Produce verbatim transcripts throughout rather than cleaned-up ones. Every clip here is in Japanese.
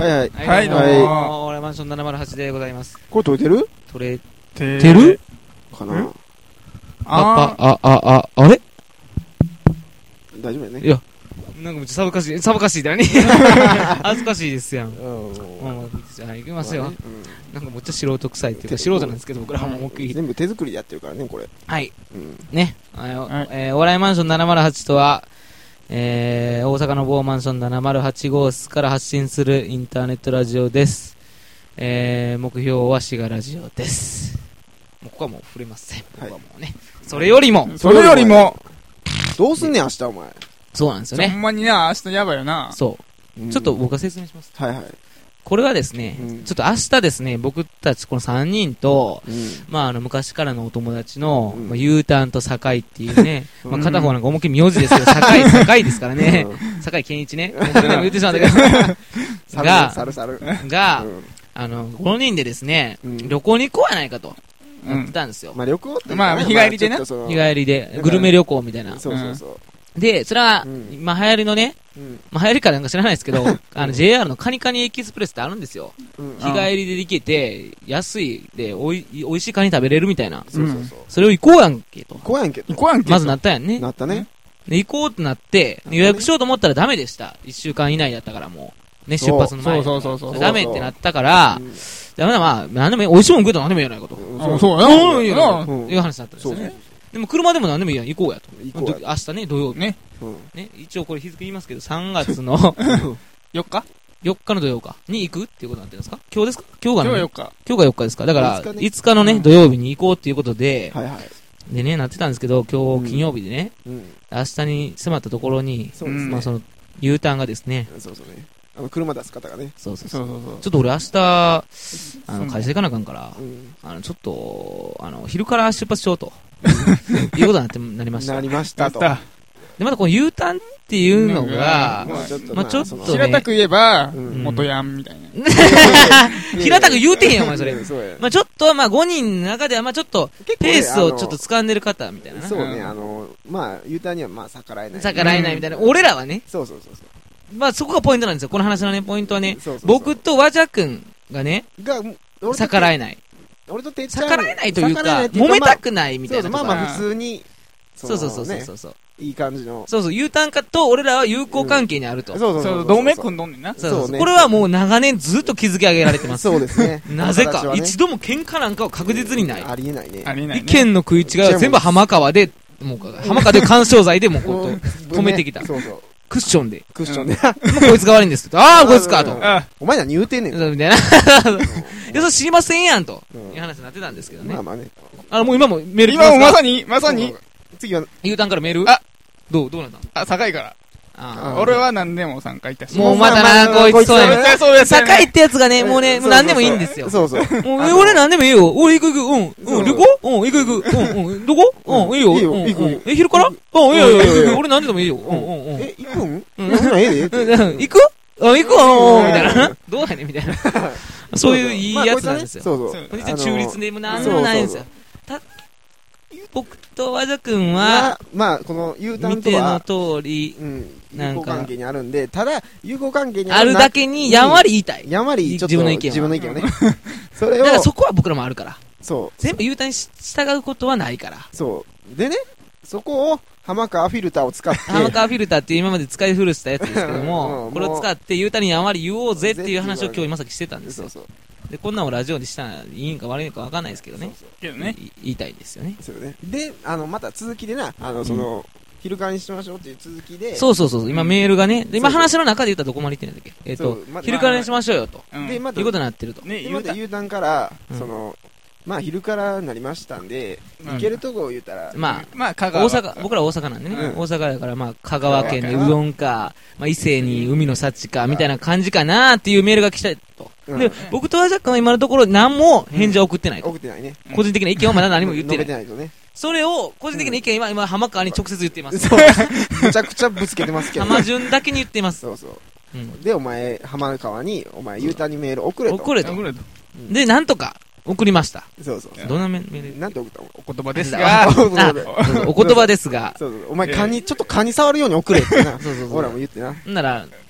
はいはい。 はい、どうはいも。俺マンションななまるはちでございます。 これ撮れてる撮れててるかな。 あ、あ、あ、あ、あ、あれ大丈夫やね。 いや、なんかめっちゃさぶかしい、さぶかしいだよね。恥ずかしいですやん。 うん。 うん、じゃあ行きますよ。 まあねなんかめっちゃ素人臭いっていうか、素人なんですけど、僕らはもう思いっきり。 全部手作りでやってるからね、これ。 はい。 うん。 ね。あのはいえーお笑いマンションななまるはちとは、えー、大阪の某マンションななまるはち号室から発信するインターネットラジオです。えー、目標はシガラジオです。もうここはもう触れません。僕はもうね。それよりも、 それよりも、 どうすんねん、明日お前。 そうなんですよほね。 んまにな、明日やばいよな。 そうう。 んちょっと僕が説明します。 はいはい。 これはですね、 うんちょっと明日ですね、僕たちこのさんにんと、 うん。 まああの昔からのお友達の、 うんまあ、U ターンと酒井っていうね、 うんまあ片方なんか思いっきり名字ですけど、酒井、酒井ですからね、酒井健一ね、もうこれでも言ってしまったけど、 猿が猿猿。 がう、んあの、ごにんでですね、 うん旅行に行こうやないかと、 うんなってたんですよ。 まあ旅行って。 まあ日帰りでねまあちょっとその日帰りで、グルメ旅行みたいな。 そうそうそう。 で、それは、 うんまあ流行りのね、 うん。 まあ流行りかなんか知らないですけど、あの ジェイアール のカニカニエキスプレスってあるんですよ。 うん。 日帰りで行けて、安いで、おい、おいしいカニ食べれるみたいな。 そうそうそう。 それを行こうやんけと。 こうやんけど。 行こうやんけ。 まずなったやんね。 なったね。 で、行こうってなって、予約しようと思ったらダメでした。一週間以内だったからもう。ね、出そう発の前。 そうそうそうそうダメってなったからう、んダメだ、まあ、なんでもいい、美味しいもん食うとなんでもいいやないかと。 あそうやそういいやないかな。 うんいう話になったんですそうそうよね。でも車でもなんでもいいやん、行こうやと。 行こうや明日ね、土曜日。 ね。 うん。 ね、一応これ日付言いますけど、さんがつのよっかよっかの土曜か。に行くっていうことになってるんですか今日ですか今日が今日は何よっか。 今日がよっかですかだから、 いつかねいつかのね、 うん土曜日に行こうっていうことで、 はいはい。 でね、なってたんですけど、今うん日金曜日でね、 うん。 明日に迫ったところに、 そうですね。 まあその、U ターンがですね、 そうそうね。あの、車出す方がね。 そうそうそう。 そうそうそう。 ちょっと俺明日、あの、 うん会社行かなあかんからう、ん。 あの、ちょっと、あの、昼から出発しようと、いうことになって、なりました。 なりましたと。 やった。 で、またこの U ターンっていうのが、 まあちょっとまあちょっとそのね平たく言えば、 うん元ヤンみたいな。 平たく言うてへんよ、お前それ。 そうや。 まあちょっと、まあごにんの中では、まあちょっと、 結構ねペースをちょっと掴んでる方みたいなな。 そうね、 うんあの、まあ、ユーターにはまあ逆らえない。 逆らえないみたいな。俺らはね、 そうそうそうそう。 まあそこがポイントなんですよ。この話のね、ポイントはね、 そうそうそう僕と和ジくんがね、 が、 逆らえない。 俺とてっちゃん逆らえないというか、 逆らえないって揉めたまくないみあそうそう、 たいなとこ。 まあまあ普通に、 そうそうそうそうねそうそう。 いい感じの。 そうそう、U ターン化と俺らは友好関係にあると。 そうそう、同盟組んどんねんな。 そうそうそうねこれはもう長年ずっと築き上げられてます。 そうですね。 なぜか、 形はね一度も喧嘩なんかは確実にない。 ありえないね。 ありえないね。 意見の食い違いは全部浜川で、もう、浜川で干渉剤でもうこううん止めてきた。 そうそう。 クッションで。 クッションで。 もうこいつが悪いんですと。ああ、こいつかと。 あ、 お前何言うてんねん。 そうみたいな。いや、それ知りませんやんと。 うんいう話になってたんですけどねまあ。まあね。 あの、もう今もメール来今もまますかさに、まさに、 次は、 U ターンからメールあどうどうなんだあ、酒井から。 ああ俺は何でも参加いたしもうます。 またな、こいつそうやね絶対そうですよね酒井ってやつがね、もうね、もう何でもいいんですよ。 そうそう。 もう、え俺何でもいいよ。俺行く行く。うん。 そううん。旅行うん。行く行く。うん。うん。どこうん。いいよ。 いいようん行くうんえ、昼からうん。いいよいいよいいよ。俺何でもいいよ。うんうんうん。 え、行くんうんそんなんええでうん行くあ、行くうん。みたいな。どうやねんみたいな。そういういいやつなんですよ。 そうそう。 そうこいつは中立でも何でもないんですよ。た、僕と和田くんは、 まあ、この U ター見てのンとは、 通り、 うん、 なんか友好関係にあるんで、ただ、友好関係にあるだけにやんわり言いたい。 やんわり、ちょっと、 自分の意見は自分の意見をね。それをだから、そこは僕らもあるから。 そ全部 U ターンに従うことはないから。 う、そう。でね、そこを、浜川フィルターを使って、 ハマカーフィルターっていう今まで使い古したやつですけどうも、 んこれを使って U ターンにやんわり言おうぜっていう話を今日今さっきしてたんですよ。 そうそう。 で、こんなんをラジオにしたらいいんか悪いのかわかんないですけどね。 けどね。 い言いたいですよね。 そうね。で、あの、また続きでな、あの、その、昼間にしましょうっていう続きで、 そうそうそう、今メールがね、で今そうそう話の中で言ったらどこまで言ってんだっけえっとそうま、 昼からにしましょうよと。 うんで、また、 いうことになってると。 ね、 で言うた。 また U ターンから、 うんその、まあ、昼からになりましたんで、 うん行けるとこを言ったら、 まあ、 まあ、香川。 大阪、僕ら大阪なんでね、 うん大阪だからまあ、香川県で香川うどんか、まあ、伊勢に海の幸か、みたいな感じかなっていうメールが来たと。 うんで、僕と和ジャックは今のところ何も返事は送ってないと。 送ってないね。 個人的な意見はまだ何も言って述べない。 てないとね。 それを、個人的な意見は今、浜川に直接言っています。 そう。むちゃくちゃぶつけてますけど。 浜順だけに言っています。 そうそう。 うん。 で、お前、浜川に、お前、U ターンにメール送れと。 送れと。 送れと。 で、なんとか送りました。 そうそうそう。 どんなメメールなんて送ったのお言葉ですあが、 そうそうあそうお言葉ですが、 そうそう。お前、蚊に、ちょっと蚊に触るように送れってな。 そうそうそう俺らも言ってな。 ほんなら、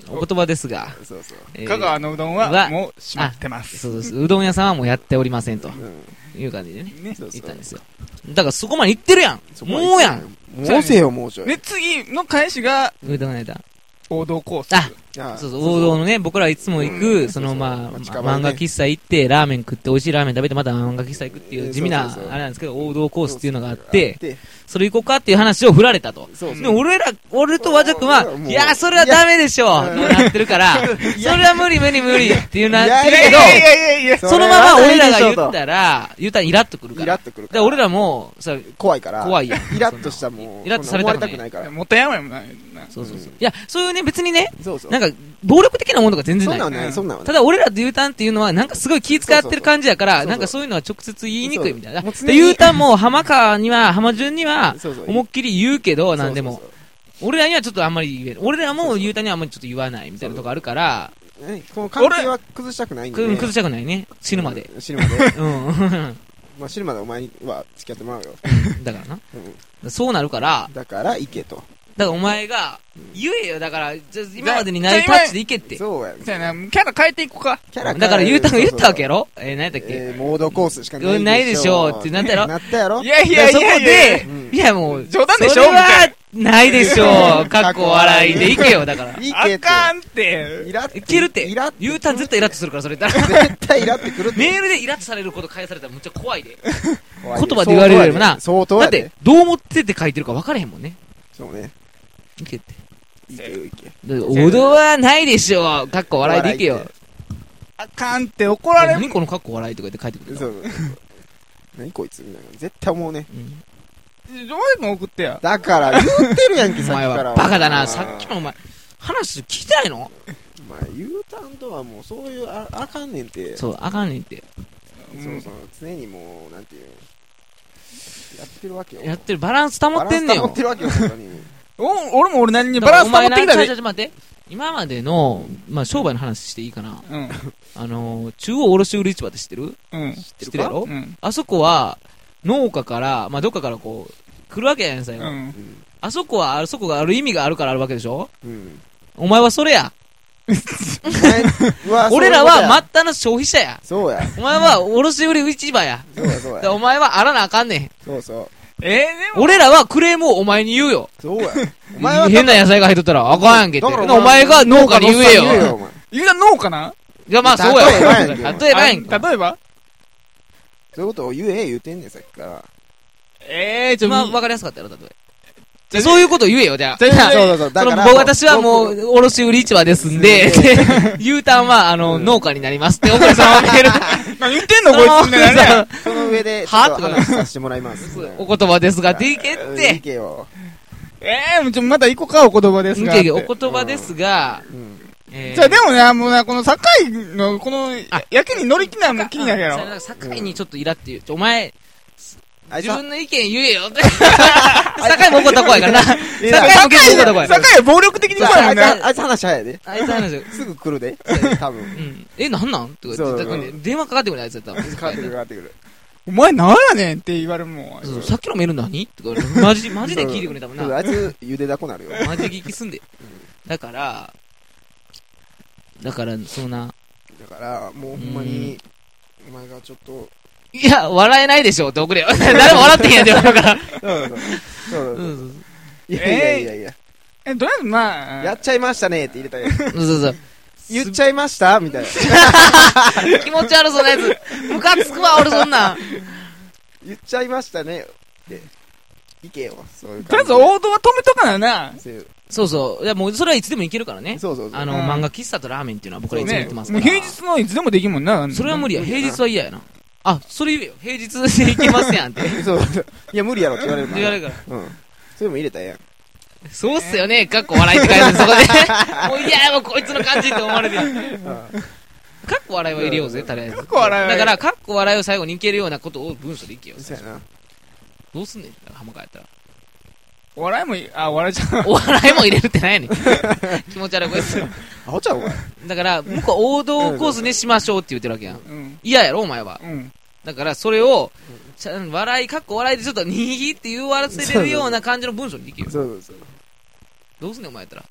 お言葉ですが、 そうそう。 えー香川のうどんははもう閉まってます。 そうです。うどん屋さんはもうやっておりませんとうん。 いう感じでね、 ね。 そうそう言ったんですよ。だからそこまで言ってるやん。 そこはもうやん。 もうせよ、もうちょい。 で、次の返しがうどん屋だ。 王道コース。 ああそうそう、王道のね、僕らいつも行く、そのまあ、 近場にね漫画喫茶行って、ラーメン食って、美味しいラーメン食べて、また漫画喫茶行くっていう地味なそうそうそうあれなんですけど、王道コースっていうのがあって、 で、 それ行こうかっていう話を振られたと。 そうそう。 でも俺ら、俺と和田君はも、ういや、それはダメでしょいやってなってるから、それは無理無理無理っていうなってるけど、 いやいやいやいや、 そのまま俺らが言とったら、言ったらイラッとくるから。 イラッとくるかで、 ら。 俺らも、さ、 怖いから。 怖いやん。 イラッとしたもう。 イラッとされたくないそんな思われたくないから。 もったいないもんな。 そうそうそう。 うんいや、そういうね、別にね、 そうそう。 なんか、暴力的なものとか全然ない。 そんなんはない、そんなんはない。 ただ俺らで U ターンっていうのはなんかすごい気使ってる感じやから、 そうそうそうなんかそういうのは直接言いにくいみたいな。 そうそうもう常にで、U ターンも浜川には、浜順には、 そうそう思いっきり言うけど、なんでもそう。そう俺らにはちょっとあんまり言える。俺らも U ターンにはあんまりちょっと言わないみたいなとこあるから、 そうねこの関係は崩したくないんで。 く崩したくないね。死ぬまで。 うん。死ぬまで。 うん。 まあ死ぬまでお前には付き合ってもらうよ。 だからな。 うん。 そうなるから、 だから行けと。 だからお前が、言えよ。だから、じゃ今までにないタッチでいけって。 そうや。 じゃあな、キャラ変えていこうか。 キャラ変えだから U ターンが言ったわけやろろえー、何やったっけえー、モードコースしかないでしょ。 うんないでしょってなったやろなったやろいやいやいそこやいやでう、んいやもう、 冗談でしょそれはみたいないでしょう。かっこ笑いでいけよ、だから。 いけって。 あかんって。 イラッいけるって。 イラッて。 U ターン絶対イラッとするから、それ言ったら。 絶対イラってくるって。 メールでイラッとされること返されたらむっちゃ怖いで。 怖い言葉で言われるよりもな相当やでだって。、どう思ってて書いてるか分からへんもんね。 そうね。 いけって。 いけよ、いけ。 だって王道はないでしょう。かっこ笑いでいけよ。 あかんって怒られる。 何このかっこ笑いとか言って書いてくるのそうそうそう。何こいつみたいな。絶対思うね。 うんどうでも送ってや。 だから、言ってるやんけ、 おさっきから。 前はバカだな。 お前さっきのお前、話聞いてないのお前、U ターンとはもうそういう、ああかんねんて。 そう、あかんねんって。 そうそう。常にもう、なんていうの。やってるわけよ。 やってる、バランス保ってんねよバランス保っ。てるわけよ、本当に。 お俺も俺なりにバランス保ってきたお前なちょで。 ちょちょ待って。今までの、まあ、商売の話していいかな。 うん。 あのー、中央卸売市場って知ってるうん。 知ってるやろうん。 あそこは、農家から、まあ、どっかからこう、来るわけやんさよ。 うん。 うん。 あそこは、あそこがある意味があるからあるわけでしょうん。 お前はそれや。 お前は俺らは末ま、 端の消費者や。 そうや。 お前は卸売市場や。 そうや、そうだからや。 お前はあらなあかんねん。 そうそう。 えー、でも、 俺らはクレームをお前に言うよ。 そうや。お前は変な野菜が入っとったらあかんやんけって。 だからお前が農家に言え農家のおっさんによ。 お前言うた農家ないや、まあそうや。 例えばやんけ例えばやんけ。 あ例えばそういうことを言え、言うてんねん、さっきから。 えー、ちょ、 まあ、 みわかりやすかったやろ、例え。 じゃそういうこと言えよ、じゃあ。 じゃあそうそうそう。だその、 から、 僕私はも僕う、卸売市場ですんで、で U ターンは、あの、農家になりますって、奥さんはメール。 何言ってんのこいつみたいなね。 その上で、ちょはっと話させてもらいます。 お言葉ですが、っていけっうんいて。 けよ。 えー、ちょ、また行こうか、お言葉ですが。 いけいけ、お言葉ですが、 うん。 えーじゃあでもね、もうな、この境の、この、 あやけに乗り気なのも気になるやろ。 あそうなんか境にちょっとイラっていう。ちょお前、 あいつは自分の意見言えよって。境も怒った怖いからな。境いやも結構怒った怖い。 境は暴力的にあ来いもんね。 いつあいつ話早いで。 あいつ話をすぐ来るで。多分。 うん。え、なんなんとか言ってそうそうた電話かかってくるあいつやったら。 かかってくるかかってくる。 お前なんやねんって言われるもん。 そうそうさっきのメール何とか言われてマジ、マジで聞いてくれたもんな。 そうあいつ、ゆでだこなるよ。 マジで聞きすんで。だから、だから、そんな、 だから、もうほんまに、お前がちょっと、 いや、笑えないでしょって送れよ。誰も笑ってへんやんって言われるから。 そうそうそう。そううそうんそういやいやいやいや。 え、とりあえずまあ、 やっちゃいましたねって入れたやん。 そうそうそう。 言っちゃいましたみたいな。 気持ち悪そうなやつ。ムカつくわ、俺そんなん。 言っちゃいましたねって。いけよ。そういうとりあえ感じで。 ず王道は止めとかなな。 そうそうそう。いや、もうそれはいつでもいけるからね。 そうそうそう。 あの、 うん漫画喫茶とラーメンっていうのは僕らいつも言ねってますから。 もう平日のいつでもできんもんな。 それは無理や。 無理やな平日は嫌やな。あ、それ言えよ。平日で行けますやんって。 そうそう。いや、無理やろって言われるから。 言われるから。 うん。それも入れたらええやん。 そうっすよね。かっこ笑いって書いてるそこで。もう嫌やもうこいつの感じって思われるやん。かっこ笑いは入れようぜ、とりあえず。 かっこ笑いはだから、かっこ笑いを最後にいけるようなことを文章でいけよ。 そうやな。 どうすんねん。浜川やったら。 お笑いもいい、あ、お笑いじゃん。 お笑いも入れるってないねん。気持ち悪いこいつ。 アホちゃうお前。 だから、向こう王道コースにしましょうって言ってるわけやん。 うん。 嫌やろ、お前は。 うん。 だから、それを、ちゃん笑い、かっこ笑いでちょっと、にぎって言わせれるような感じの文章にできる。 そうそうそう。 どうすんねん、お前やったら。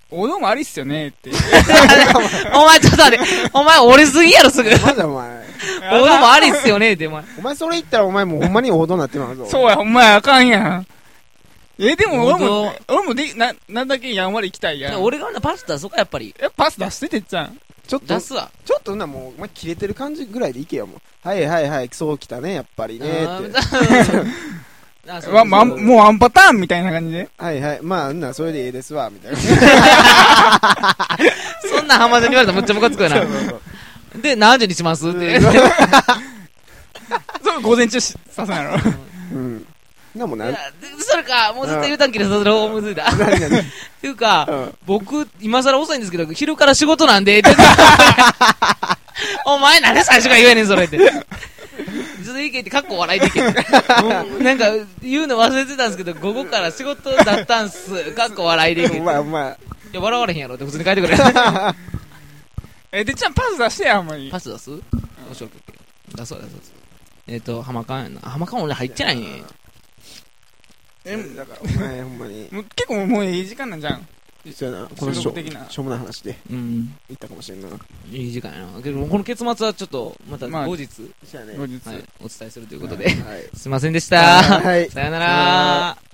おどもありっすよねって。 お前ちょっと待って、お前折れすぎやろすぐ。 まだお前。 おどもありっすよねって、お前。 お前それ言ったらお前もうほんまに王道になってまうぞ。 そうや、お前あかんやん。え、でも俺王道も、俺もで、な、なんだけやんわり行きたいやん。 俺がパス出そうか、やっぱり。 え、パス出しててっちゃん。 ちょっと出、すわ。 ちょっとな、もう、お前切れてる感じぐらいでいけよ、もう。はいはいはい、そう来たね、やっぱりね、って。 あそうわ、まん、もうワンパターンみたいな感じで。 はいはい、まあ、んな、それでええですわ、みたいな。 そんな浜田に言われたらむっちゃムカつくよな。 そうそうそうで、何時にしますって。 それ午前中しささんやろ。 うん。なもんなん、 いやでそれか、もう絶対言うたんけど、それ大むずいだ。っ何何ていうか、 うん僕、今更遅いんですけど、昼から仕事なんで、ってお前なんで最初から言えねん、それって。ちょっといけって、かっこ笑いでいけ。もうなんか、言うの忘れてたんですけど、午後から仕事だったんす。かっこ笑いでいけ。いお前、お前。 や、笑われへんやろって普通に書いてくれ。 え、でっちゃんパス出してや、ほんまに。 パス出す？よし、オッケーオッケー。出そう出そう。えっと、浜カンやな。浜カン俺入ってないね。 え、 だから、お前、ほんまに。 もう結構もういい時間なんじゃん。 そうやな、このしょ収録的なしょうもない話で、 うん。 言ったかもしれんな。 いい時間やな。けど、この結末はちょっと、またまあ後日、 そうやね。 後日。 はい、お伝えするということで。 はい。 すいませんでした。 はい。 さよなら。